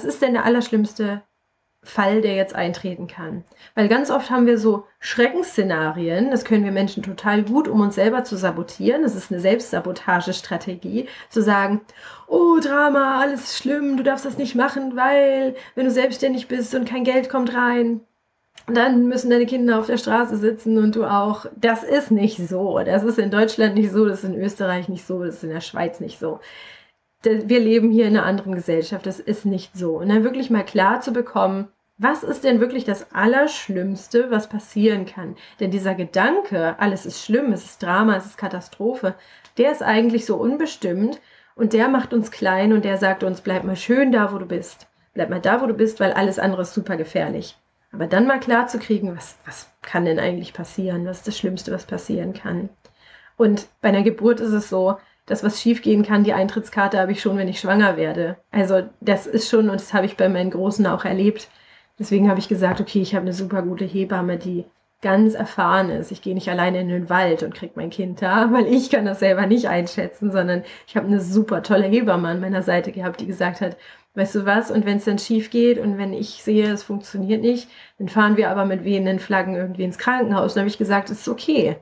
Speaker 2: Fall, der jetzt eintreten kann? Weil ganz oft haben wir so Schreckensszenarien, das können wir Menschen total gut, um uns selber zu sabotieren. Das ist eine Selbstsabotagestrategie, zu sagen, oh Drama, alles ist schlimm, du darfst das nicht machen, weil wenn du selbstständig bist und kein Geld kommt rein, dann müssen deine Kinder auf der Straße sitzen und du auch. Das ist nicht so. Das ist in Deutschland nicht so, das ist in Österreich nicht so, das ist in der Schweiz nicht so. Wir leben hier in einer anderen Gesellschaft, das ist nicht so. Und dann wirklich mal klar zu bekommen, was ist denn wirklich das Allerschlimmste, was passieren kann? Denn dieser Gedanke, alles ist schlimm, es ist Drama, es ist Katastrophe, der ist eigentlich so unbestimmt und der macht uns klein und der sagt uns, bleib mal schön da, wo du bist. Bleib mal da, wo du bist, weil alles andere ist super gefährlich. Aber dann mal klar zu kriegen, was kann denn eigentlich passieren? Was ist das Schlimmste, was passieren kann? Und bei einer Geburt ist es so, dass was schiefgehen kann, die Eintrittskarte habe ich schon, wenn ich schwanger werde. Also das ist schon, und das habe ich bei meinen Großen auch erlebt. Deswegen habe ich gesagt, okay, ich habe eine super gute Hebamme, die ganz erfahren ist. Ich gehe nicht alleine in den Wald und kriege mein Kind da, weil ich kann das selber nicht einschätzen, sondern ich habe eine super tolle Hebamme an meiner Seite gehabt, die gesagt hat, weißt du was, und wenn es dann schief geht und wenn ich sehe, es funktioniert nicht, dann fahren wir aber mit wehenden Flaggen irgendwie ins Krankenhaus. Und dann habe ich gesagt, es ist okay.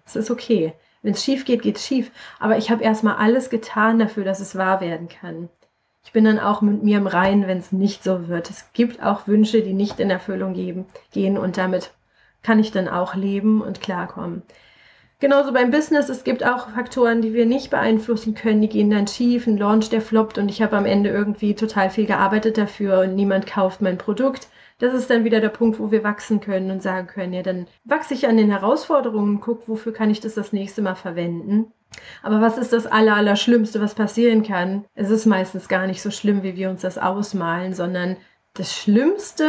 Speaker 2: Wenn es schief geht, geht es schief. Aber ich habe erstmal alles getan dafür, dass es wahr werden kann. Ich bin dann auch mit mir im Reinen, wenn es nicht so wird. Es gibt auch Wünsche, die nicht in Erfüllung gehen und damit kann ich dann auch leben und klarkommen. Genauso beim Business, es gibt auch Faktoren, die wir nicht beeinflussen können, die gehen dann schief, ein Launch, der floppt und ich habe am Ende irgendwie total viel gearbeitet dafür und niemand kauft mein Produkt. Das ist dann wieder der Punkt, wo wir wachsen können und sagen können, ja, dann wachse ich an den Herausforderungen und gucke, wofür kann ich das nächste Mal verwenden. Aber was ist das Allerschlimmste, was passieren kann? Es ist meistens gar nicht so schlimm, wie wir uns das ausmalen, sondern das Schlimmste,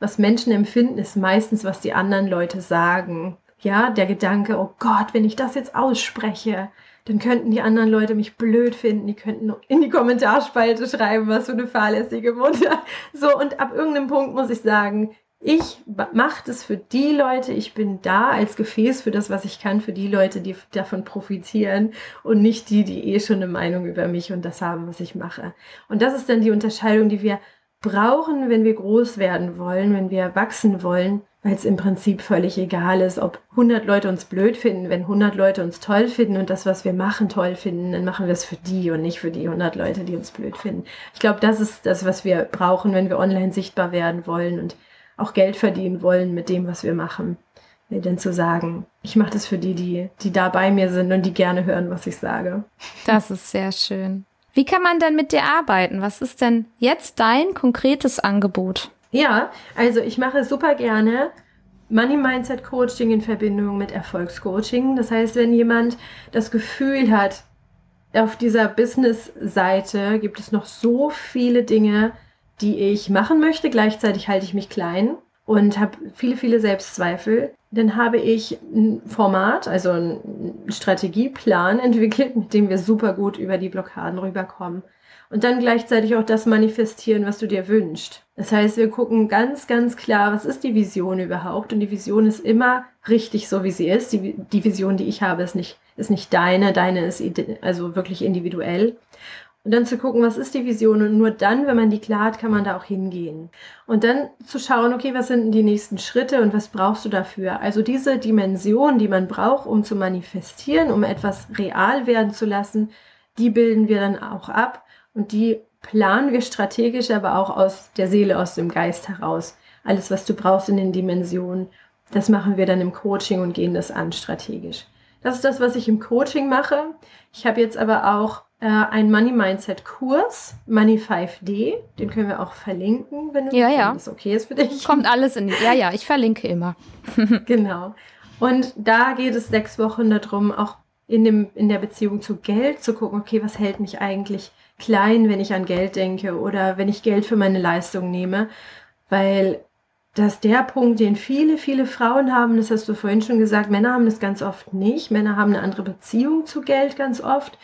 Speaker 2: was Menschen empfinden, ist meistens, was die anderen Leute sagen. Ja, der Gedanke, oh Gott, wenn ich das jetzt ausspreche, dann könnten die anderen Leute mich blöd finden, die könnten in die Kommentarspalte schreiben, was für eine fahrlässige Mutter. So, und ab irgendeinem Punkt muss ich sagen, ich mache das für die Leute, ich bin da als Gefäß für das, was ich kann, für die Leute, die davon profitieren und nicht die, die eh schon eine Meinung über mich und das haben, was ich mache. Und das ist dann die Unterscheidung, die wir brauchen, wenn wir groß werden wollen, wenn wir wachsen wollen, weil es im Prinzip völlig egal ist, ob 100 Leute uns blöd finden. Wenn 100 Leute uns toll finden und das, was wir machen, toll finden, dann machen wir es für die und nicht für die 100 Leute, die uns blöd finden. Ich glaube, das ist das, was wir brauchen, wenn wir online sichtbar werden wollen und auch Geld verdienen wollen mit dem, was wir machen. Denn zu sagen, ich mache das für die da bei mir sind und die gerne hören, was ich sage.
Speaker 1: Das ist sehr schön. Wie kann man denn mit dir arbeiten? Was ist denn jetzt dein konkretes Angebot?
Speaker 2: Ja, also ich mache super gerne Money Mindset Coaching in Verbindung mit Erfolgscoaching. Das heißt, wenn jemand das Gefühl hat, auf dieser Business-Seite gibt es noch so viele Dinge, die ich machen möchte. Gleichzeitig halte ich mich klein und habe viele, viele Selbstzweifel. Dann habe ich ein Format, also einen Strategieplan entwickelt, mit dem wir super gut über die Blockaden rüberkommen. Und dann gleichzeitig auch das manifestieren, was du dir wünschst. Das heißt, wir gucken ganz, ganz klar, was ist die Vision überhaupt? Und die Vision ist immer richtig so, wie sie ist. Die Vision, die ich habe, ist nicht deine. Deine ist also wirklich individuell. Und dann zu gucken, was ist die Vision? Und nur dann, wenn man die klar hat, kann man da auch hingehen. Und dann zu schauen, okay, was sind denn die nächsten Schritte und was brauchst du dafür? Also diese Dimension, die man braucht, um zu manifestieren, um etwas real werden zu lassen, die bilden wir dann auch ab. Und die planen wir strategisch, aber auch aus der Seele, aus dem Geist heraus. Alles, was du brauchst in den Dimensionen, das machen wir dann im Coaching und gehen das an strategisch. Das ist das, was ich im Coaching mache. Ich habe jetzt aber auch einen Money Mindset Kurs, Money 5D. Den können wir auch verlinken, wenn das okay ist für dich.
Speaker 1: Kommt alles in die. Ja, ich verlinke immer.
Speaker 2: Genau. Und da geht es 6 Wochen darum, auch in der Beziehung zu Geld zu gucken, okay, was hält mich eigentlich klein, wenn ich an Geld denke oder wenn ich Geld für meine Leistung nehme, weil das der Punkt, den viele, viele Frauen haben, das hast du vorhin schon gesagt, Männer haben das ganz oft nicht, Männer haben eine andere Beziehung zu Geld ganz oft.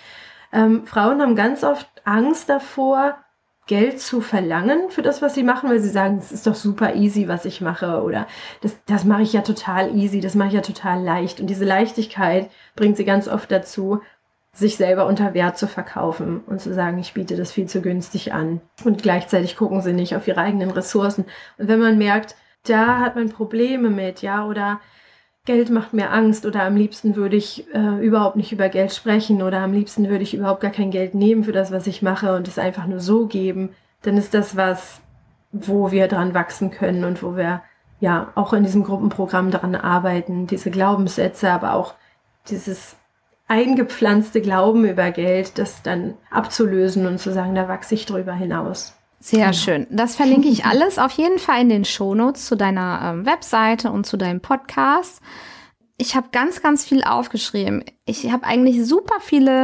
Speaker 2: Frauen haben ganz oft Angst davor, Geld zu verlangen für das, was sie machen, weil sie sagen, das ist doch super easy, was ich mache oder das mache ich ja total easy, das mache ich ja total leicht. Und diese Leichtigkeit bringt sie ganz oft dazu, sich selber unter Wert zu verkaufen und zu sagen, ich biete das viel zu günstig an. Und gleichzeitig gucken sie nicht auf ihre eigenen Ressourcen. Und wenn man merkt, da hat man Probleme mit, ja, oder Geld macht mir Angst oder am liebsten würde ich überhaupt nicht über Geld sprechen oder am liebsten würde ich überhaupt gar kein Geld nehmen für das, was ich mache und es einfach nur so geben, dann ist das was, wo wir dran wachsen können und wo wir ja auch in diesem Gruppenprogramm dran arbeiten, diese Glaubenssätze, aber auch dieses eingepflanzte Glauben über Geld, das dann abzulösen und zu sagen, da wachse ich drüber hinaus.
Speaker 1: Sehr schön. Das verlinke ich alles auf jeden Fall in den Shownotes zu deiner Webseite und zu deinem Podcast. Ich habe ganz, ganz viel aufgeschrieben. Ich habe eigentlich super viele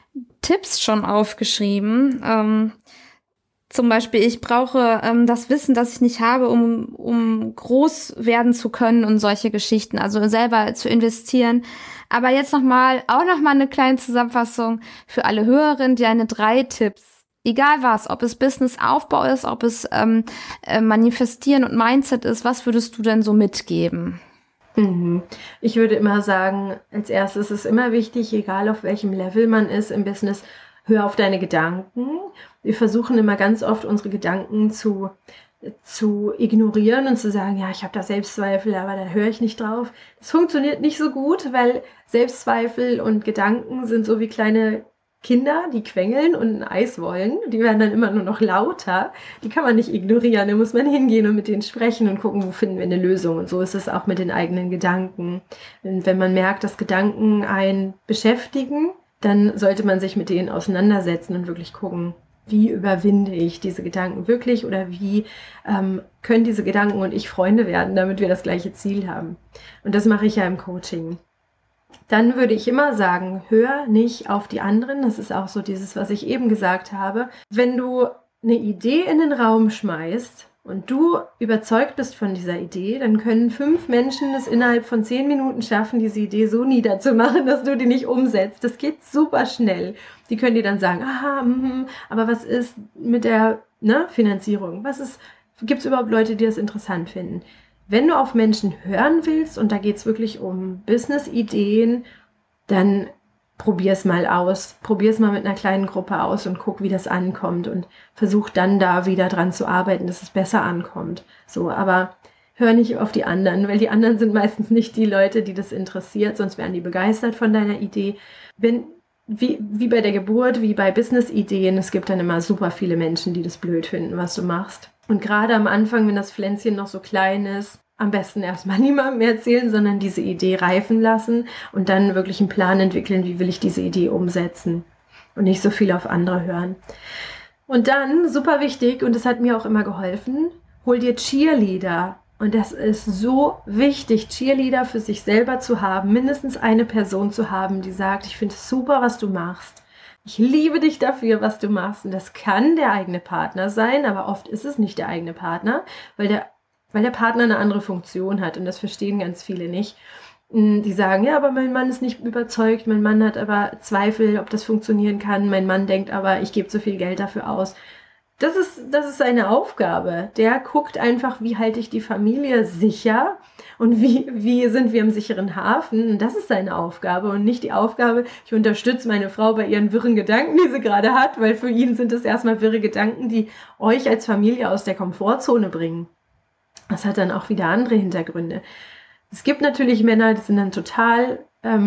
Speaker 1: Tipps schon aufgeschrieben. Zum Beispiel, ich brauche das Wissen, das ich nicht habe, um groß werden zu können und solche Geschichten, also selber zu investieren. Aber jetzt auch noch mal eine kleine Zusammenfassung für alle Hörerinnen, deine 3 Tipps. Egal was, ob es Businessaufbau ist, ob es Manifestieren und Mindset ist, was würdest du denn so mitgeben?
Speaker 2: Ich würde immer sagen, als erstes ist es immer wichtig, egal auf welchem Level man ist im Business, hör auf deine Gedanken. Wir versuchen immer ganz oft, unsere Gedanken zu ignorieren und zu sagen, ja, ich habe da Selbstzweifel, aber da höre ich nicht drauf. Das funktioniert nicht so gut, weil Selbstzweifel und Gedanken sind so wie kleine Kinder, die quengeln und ein Eis wollen. Die werden dann immer nur noch lauter. Die kann man nicht ignorieren. Da muss man hingehen und mit denen sprechen und gucken, wo finden wir eine Lösung. Und so ist es auch mit den eigenen Gedanken. Und wenn man merkt, dass Gedanken einen beschäftigen, dann sollte man sich mit denen auseinandersetzen und wirklich gucken, wie überwinde ich diese Gedanken wirklich oder wie können diese Gedanken und ich Freunde werden, damit wir das gleiche Ziel haben. Und das mache ich ja im Coaching. Dann würde ich immer sagen, hör nicht auf die anderen. Das ist auch so dieses, was ich eben gesagt habe. Wenn du eine Idee in den Raum schmeißt, und du überzeugt bist von dieser Idee, dann können 5 Menschen es innerhalb von 10 Minuten schaffen, diese Idee so niederzumachen, dass du die nicht umsetzt. Das geht super schnell. Die können dir dann sagen, aber was ist mit der Finanzierung? Gibt es überhaupt Leute, die das interessant finden? Wenn du auf Menschen hören willst, und da geht es wirklich um Business-Ideen, dann probier es mal aus. Probier es mal mit einer kleinen Gruppe aus und guck, wie das ankommt und versuch dann da wieder dran zu arbeiten, dass es besser ankommt. So, aber hör nicht auf die anderen, weil die anderen sind meistens nicht die Leute, die das interessiert, sonst wären die begeistert von deiner Idee. Wie bei der Geburt, wie bei Business-Ideen, es gibt dann immer super viele Menschen, die das blöd finden, was du machst. Und gerade am Anfang, wenn das Pflänzchen noch so klein ist, am besten erstmal niemandem mehr erzählen, sondern diese Idee reifen lassen und dann wirklich einen Plan entwickeln, wie will ich diese Idee umsetzen und nicht so viel auf andere hören. Und dann, super wichtig, und das hat mir auch immer geholfen, hol dir Cheerleader. Und das ist so wichtig, Cheerleader für sich selber zu haben, mindestens eine Person zu haben, die sagt, ich finde es super, was du machst. Ich liebe dich dafür, was du machst. Und das kann der eigene Partner sein, aber oft ist es nicht der eigene Partner, weil der Partner eine andere Funktion hat und das verstehen ganz viele nicht. Die sagen, ja, aber mein Mann ist nicht überzeugt, mein Mann hat aber Zweifel, ob das funktionieren kann, mein Mann denkt aber, ich gebe zu viel Geld dafür aus. Das ist seine Aufgabe. Der guckt einfach, wie halte ich die Familie sicher und wie sind wir im sicheren Hafen. Und das ist seine Aufgabe und nicht die Aufgabe, ich unterstütze meine Frau bei ihren wirren Gedanken, die sie gerade hat, weil für ihn sind es erstmal wirre Gedanken, die euch als Familie aus der Komfortzone bringen. Das hat dann auch wieder andere Hintergründe. Es gibt natürlich Männer, die sind dann total,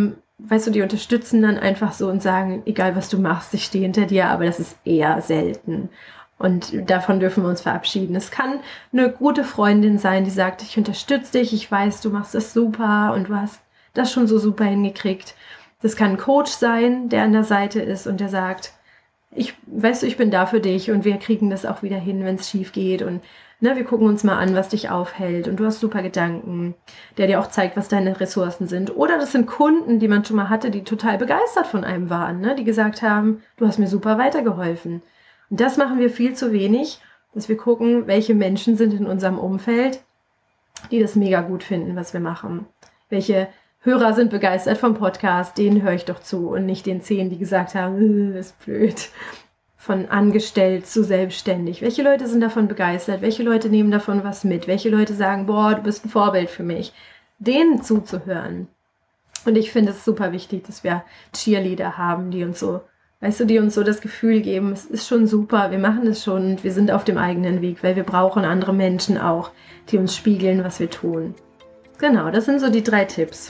Speaker 2: die unterstützen dann einfach so und sagen, egal was du machst, ich stehe hinter dir, aber das ist eher selten. Und davon dürfen wir uns verabschieden. Es kann eine gute Freundin sein, die sagt, ich unterstütze dich, ich weiß, du machst das super und du hast das schon so super hingekriegt. Das kann ein Coach sein, der an der Seite ist und der sagt, ich bin da für dich und wir kriegen das auch wieder hin, wenn es schief geht und wir gucken uns mal an, was dich aufhält und du hast super Gedanken, der dir auch zeigt, was deine Ressourcen sind. Oder das sind Kunden, die man schon mal hatte, die total begeistert von einem waren, die gesagt haben, du hast mir super weitergeholfen. Und das machen wir viel zu wenig, dass wir gucken, welche Menschen sind in unserem Umfeld, die das mega gut finden, was wir machen. Welche Hörer sind begeistert vom Podcast, denen höre ich doch zu und nicht den 10, die gesagt haben, ist blöd. Von angestellt zu selbstständig. Welche Leute sind davon begeistert? Welche Leute nehmen davon was mit? Welche Leute sagen, boah, du bist ein Vorbild für mich? Denen zuzuhören. Und ich finde es super wichtig, dass wir Cheerleader haben, die uns so das Gefühl geben, es ist schon super, wir machen das schon und wir sind auf dem eigenen Weg, weil wir brauchen andere Menschen auch, die uns spiegeln, was wir tun. Genau, das sind so die 3 Tipps.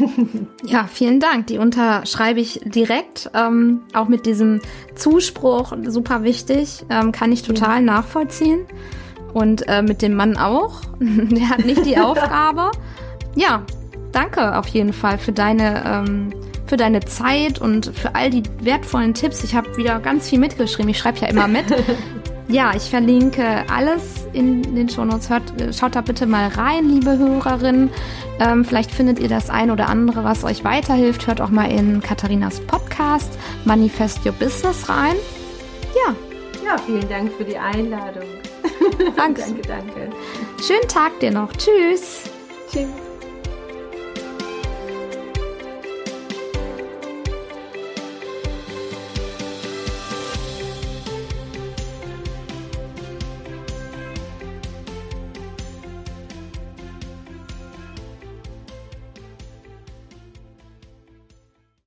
Speaker 1: Ja, vielen Dank. Die unterschreibe ich direkt. Auch mit diesem Zuspruch, super wichtig, kann ich total nachvollziehen. Und mit dem Mann auch. Der hat nicht die Aufgabe. Ja, danke auf jeden Fall für deine Zeit und für all die wertvollen Tipps. Ich habe wieder ganz viel mitgeschrieben. Ich schreibe ja immer mit. Ja, ich verlinke alles in den Shownotes. Schaut da bitte mal rein, liebe Hörerinnen. Vielleicht findet ihr das ein oder andere, was euch weiterhilft. Hört auch mal in Katharinas Podcast Manifest Your Business rein.
Speaker 2: Ja, vielen Dank für die Einladung.
Speaker 1: Danke.
Speaker 2: Danke.
Speaker 1: Schönen Tag dir noch. Tschüss.
Speaker 2: Tschüss.